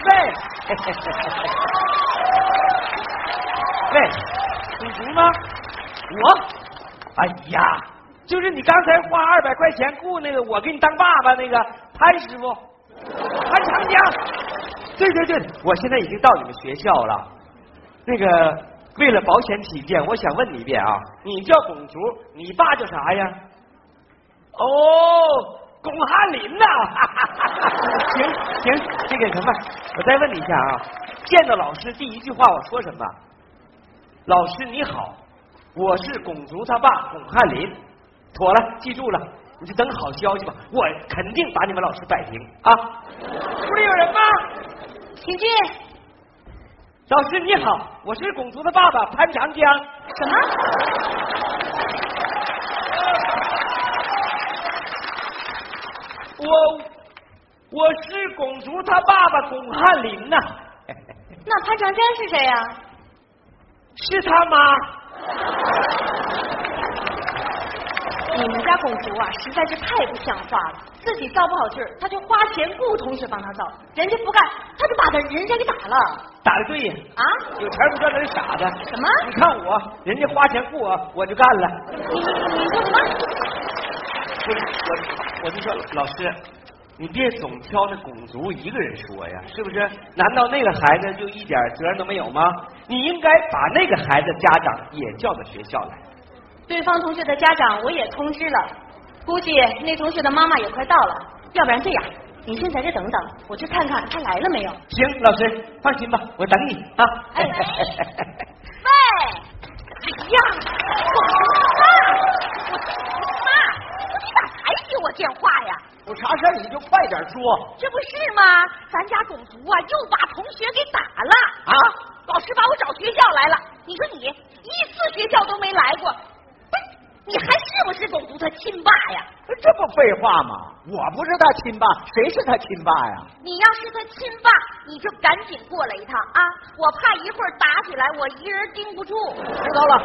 喂，喂，公主吗？我，哎呀，就是你刚才花200块钱雇那个我给你当爸爸那个潘师傅，潘长江。对对对，我现在已经到你们学校了。那个，为了保险起见，我想问你一遍啊，你叫龚竹，你爸叫啥呀？哦，龚汉林呐。行，这个什么，我再问你一下啊，见到老师第一句话我说什么？老师你好，我是龚竹他爸龚汉林。妥了，记住了，你就等好消息吧，我肯定把你们老师摆平啊。屋里有人吗？ 请进。 老师你好，我是龚竹的爸爸潘长江。 什么？ 我是龚竹他爸爸龚汉林呐。 那潘长江是谁呀？ 是他妈。 你们家龚竹啊，实在是太不像话了，自己造不好句儿，他就花钱雇同学帮他造，人家不干，他就把人家给打了。 打得对呀！ 啊， 有钱不赚那是傻子。 什么？ 你看我，人家花钱雇我就干了。 你说什么？ 我就说老师，你别总挑那龚竹一个人说呀，是不是？难道那个孩子就一点责任都没有吗？你应该把那个孩子家长也叫到学校来。 对方同学的家长我也通知了，估计那同学的妈妈也快到了。要不然这样，你先在这等等，我去看看他来了没有。 行，老师放心吧，我等你啊。 哎，喂，哎呀，妈，你咋才接我电话呀？ 有啥事你就快点说。 这不是吗？咱家龚竹啊，又把同学给打了啊！ 老师把我找学校来了。你说你一次学校都没来过，不是？你还是不是龚竹他亲爸呀？ 这不废话吗？我不是他亲爸，谁是他亲爸呀？ 你要是他亲爸，你就赶紧过来一趟啊！我怕一会儿打起来，我一人盯不住。 知道了。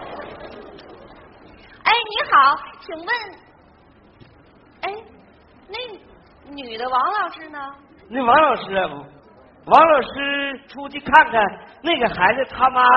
哎，你好，请问，哎，那女的王老师呢？ 那王老师出去看看那个孩子他妈。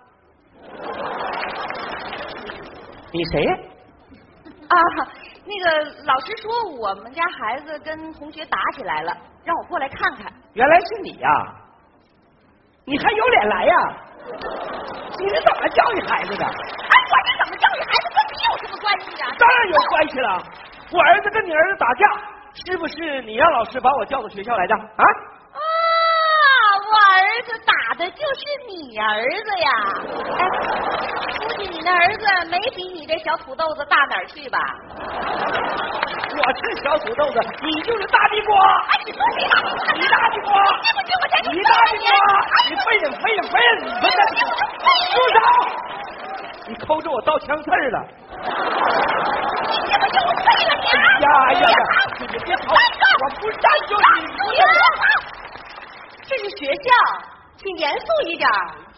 你谁呀？ 啊，那个老师说我们家孩子跟同学打起来了，让我过来看看。 原来是你呀！你还有脸来呀？你是怎么教育孩子的？ 哎，我这怎么教育孩子跟你有什么关系啊？ 当然有关系了。我儿子跟你儿子打架，是不是你让老师把我叫到学校来的啊？ 我儿子打的就是你儿子呀！哎，估计你那儿子没比你这小土豆子大哪儿去吧？ 我是小土豆子，你就是大地瓜。 哎，你说谁大地瓜？ 你大地瓜！ 信不信我再你大地瓜！你废人！住手！你抠着我倒枪刺了！ 你信不信我废了你啊？ 呀！你别吵！我不站住你！ 这是学校，请严肃一点。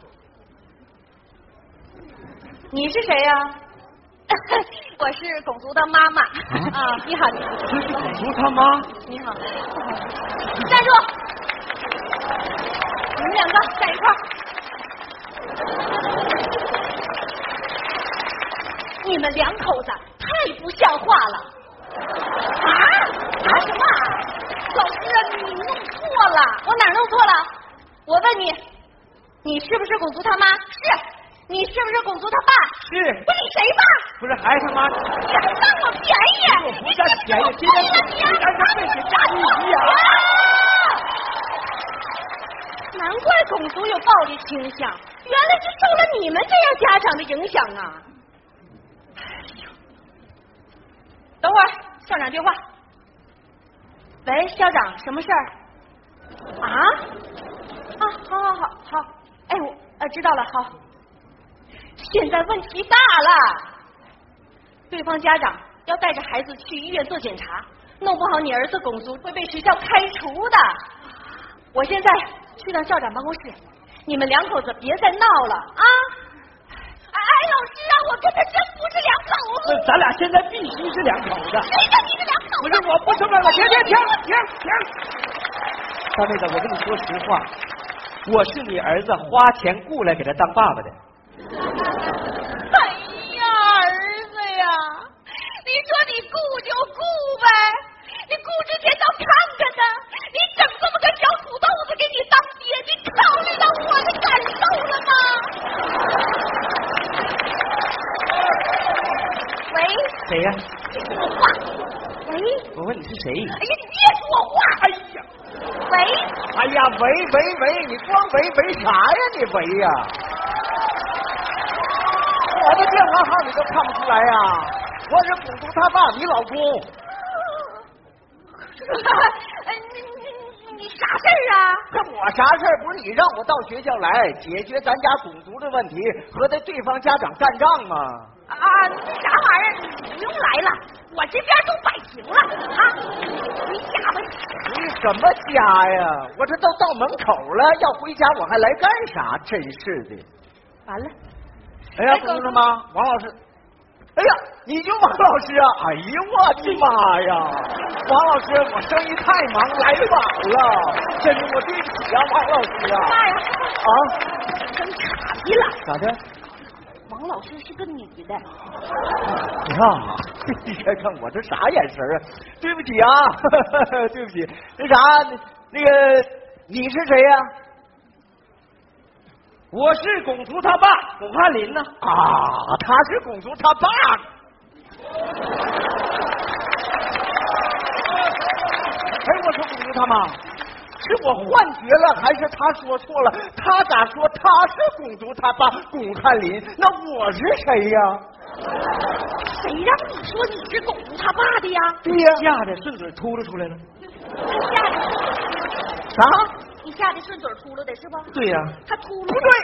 你是谁呀？我是龚竹的妈妈。啊，你好，你好。 这是龚竹他妈。 你好，站住！你们两个站一块儿。你们两口子太不像话了。啊什么？老师啊，你弄错了。我哪弄错了？我问你，你是不是龚竹他妈？是。你是不是龚竹他爸？ 是。 不是你谁爸？ 不是孩子他妈。 你还占我便宜？ 我不占便宜，今天你敢对谁下地狱啊？ 难怪龚竹有暴力倾向，原来是受了你们这样家长的影响啊！哎呦，等会儿校长电话。喂，校长，什么事儿？好，哎，我知道了，好。现在问题大了，对方家长要带着孩子去医院做检查，弄不好你儿子龚竹会被学校开除的。我现在去趟校长办公室，你们两口子别再闹了啊！哎，老师啊，我跟他真不是两口子。 那咱俩现在必须是两口子。 谁跟你是两口子？ 不是，我不承认了，停！ 大妹子，我跟你说实话，我是你儿子花钱雇来给他当爸爸的。 哎呀，儿子呀，你说你雇就雇呗，你雇之前倒看看呢，你整这么个小土豆子给你当爹，你考虑到我的感受了吗？喂？ 谁呀？ 你说话。喂？ 我问你是谁？ 哎呀，你别说话！ 哎呀， 喂？ 哎呀，喂，你光喂啥呀？你喂呀？我的电话号你都看不出来呀？我是股东他爸，你老公。 你啥事儿啊？ 这我啥事儿？不是你让我到学校来解决咱家种族的问题，和对方家长干仗吗？ 啊，那啥玩意儿，你不用来了，我这边都摆平了啊！你家吧。 你什么家呀？我这都到门口了，要回家我还来干啥？真是的！ 完了。 哎呀，同志们，王老师。哎呀，你就王老师啊！哎呀，我的妈呀！王老师，我生意太忙，来晚了，真的，我对不起啊，王老师啊！ 妈呀！ 啊， 生岔劈了。 咋的？ 王老师是个女的。 呀，你看我这啥眼神啊？对不起啊，对不起。那啥，那个你是谁呀？ 我是巩图他爸巩汉林呢。 啊，他是巩图他爸。哎，我说巩图他妈，是我幻觉了，还是他说错了？他咋说他是巩图他爸巩汉林？那我是谁呀？ 谁让你说你是巩图他爸的呀？ 对呀， 吓得顺嘴秃噜出来了。 啥？ 你吓得顺嘴秃噜的是吧？ 对呀。 他秃噜不对。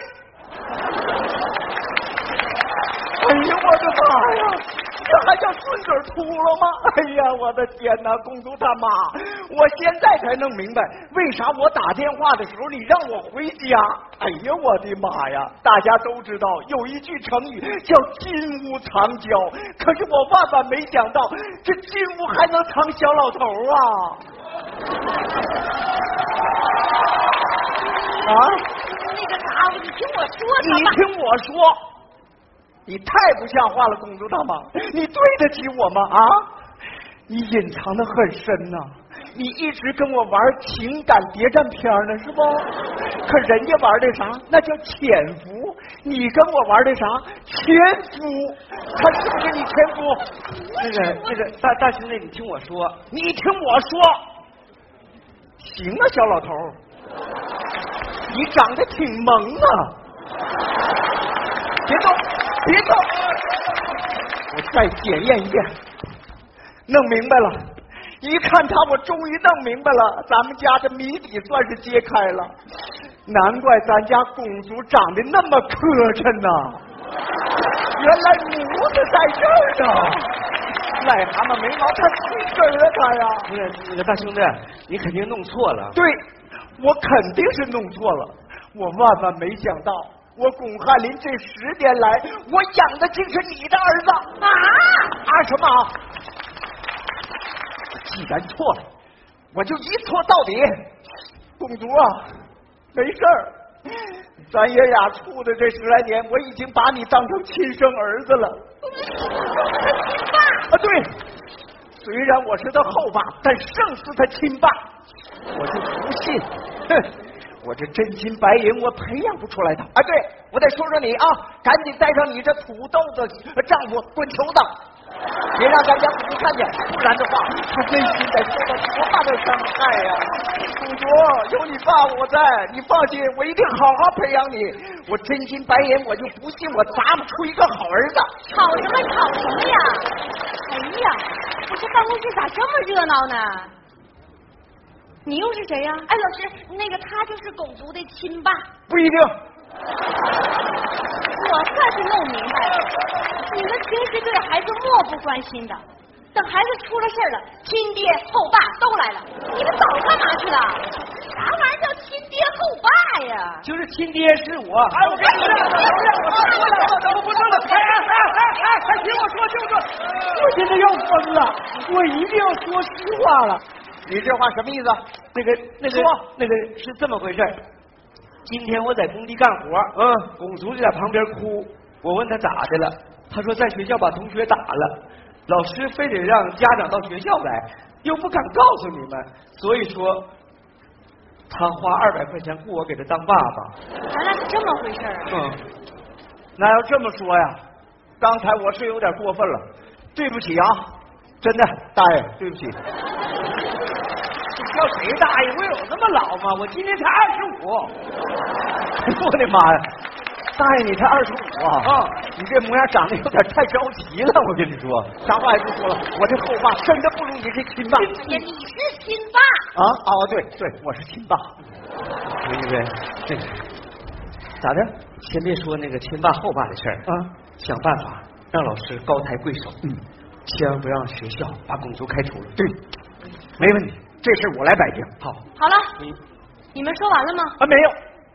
哎呀，我的妈呀！这还叫顺嘴秃噜吗？哎呀，我的天哪，公主他妈！我现在才弄明白，为啥我打电话的时候你让我回家？哎呀，我的妈呀！大家都知道有一句成语叫金屋藏娇，可是我万万没想到，这金屋还能藏小老头啊！啊！ 那个啥，你听我说， 你听我说。你太不像话了，公主大妈，你对得起我吗？啊，你隐藏的很深呐、你一直跟我玩情感谍战片呢，是不？可人家玩的啥？那叫潜伏，你跟我玩的啥？潜伏，他是不是你潜伏？ 那个大兄弟，你听我说， 你听我说，行啊，小老头，你长得挺萌啊，别动。别动！我再检验一遍，弄明白了。一看他，我终于弄明白了，咱们家的谜底算是揭开了。难怪咱家公主长得那么磕碜呐！原来模子在这儿呢。癞蛤蟆没毛，它出根了，它呀！ 不是那个大兄弟，你肯定弄错了。 对，我肯定是弄错了。我万万没想到。我巩汉林这10年来，我养的竟是你的儿子啊什么？既然错了，我就一错到底。公主啊，没事儿，咱爷俩处的这10来年，我已经把你当成亲生儿子了。啊，对，虽然我是他后爸，但胜似他亲爸，我就不信，哼。我这真金白银我培养不出来的啊！对，我得说说你啊，赶紧带上你这土豆子丈夫滚球子，别让咱家公主看见，不然的话，她内心得受到多大的伤害呀！公主，有你爸我在，你放心，我一定好好培养你。我真金白银，我就不信我砸不出一个好儿子。 吵什么呀？哎呀，我这办公室咋这么热闹呢？你又是谁呀？哎，老师，那个他就是巩族的亲爸。 不一定。 我算是弄明白了，你们平时对孩子漠不关心的，等孩子出了事了，亲爹后爸都来了，你们早干嘛去了？啥玩意儿叫亲爹后爸呀？ 就是亲爹是我。哎，我跟你说，我不弄了。哎，听我说，听我说，我现在要疯了，我一定要说实话了。 你这话什么意思？ 那个是这么回事。今天我在工地干活，龚叔就在旁边哭。我问他咋的了，他说在学校把同学打了，老师非得让家长到学校来，又不敢告诉你们，所以说他花200块钱雇我给他当爸爸。 原来是这么回事啊！ 那要这么说呀，刚才我是有点过分了，对不起啊，真的，大爷，对不起。 叫谁大爷？我有那么老吗？我今年才25。 我的妈呀！大爷，你才25啊！你这模样长得有点太着急了，我跟你说，啥话也不说了，我这后爸真的不如你这亲爸。 你是亲爸啊？哦，对，我是亲爸。 咋的？先别说那个亲爸后爸的事儿啊，想办法让老师高抬贵手，千万不让学校把龚族开除了。 对，没问题，这事我来摆平。 好了，你们说完了吗？ 没有。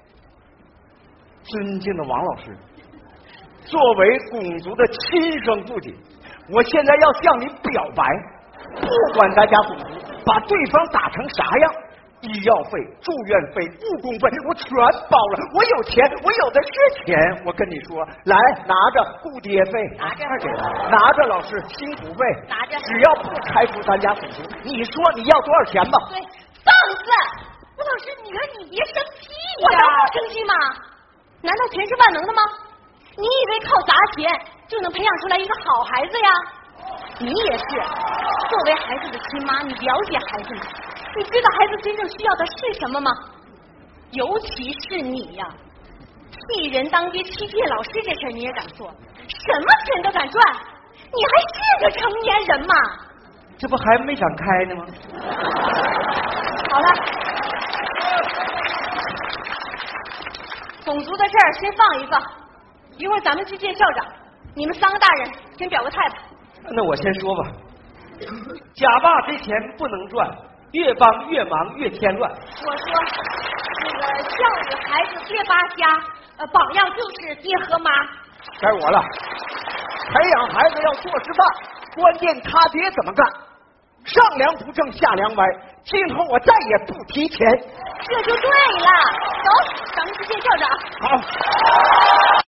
尊敬的王老师，作为龚族的亲生父亲，我现在要向你表白，不管咱家龚族把对方打成啥样，医药费、住院费、误工费我全包了，我有钱，我有的是钱。我跟你说，来拿着顾爹费， 拿着拿着老师辛苦费， 拿着， 只要不开除咱家龚族，你说你要多少钱吧？ 对，放肆！吴老师，你别生气呀！我能不生气吗？难道全是万能的吗？你以为靠砸钱就能培养出来一个好孩子呀？你也是，作为孩子的亲妈，你了解孩子吗？你知道孩子真正需要的是什么吗？尤其是你呀，替人当爹欺骗老师这事儿你也敢做，什么钱都敢赚，你还是个成年人吗？ 这不还没长开呢吗？ 好了，种族的事儿先放一放，一会儿咱们去见校长，你们3个大人先表个态吧。 那我先说吧，假爸这钱不能赚，越帮越忙越添乱。 我说，这个教育孩子爹发家，榜样就是爹和妈。 该我了，培养孩子要做示范，关键他爹怎么干，上梁不正下梁歪，今后我再也不提钱。 这就对了，走，咱们去见校长。 好。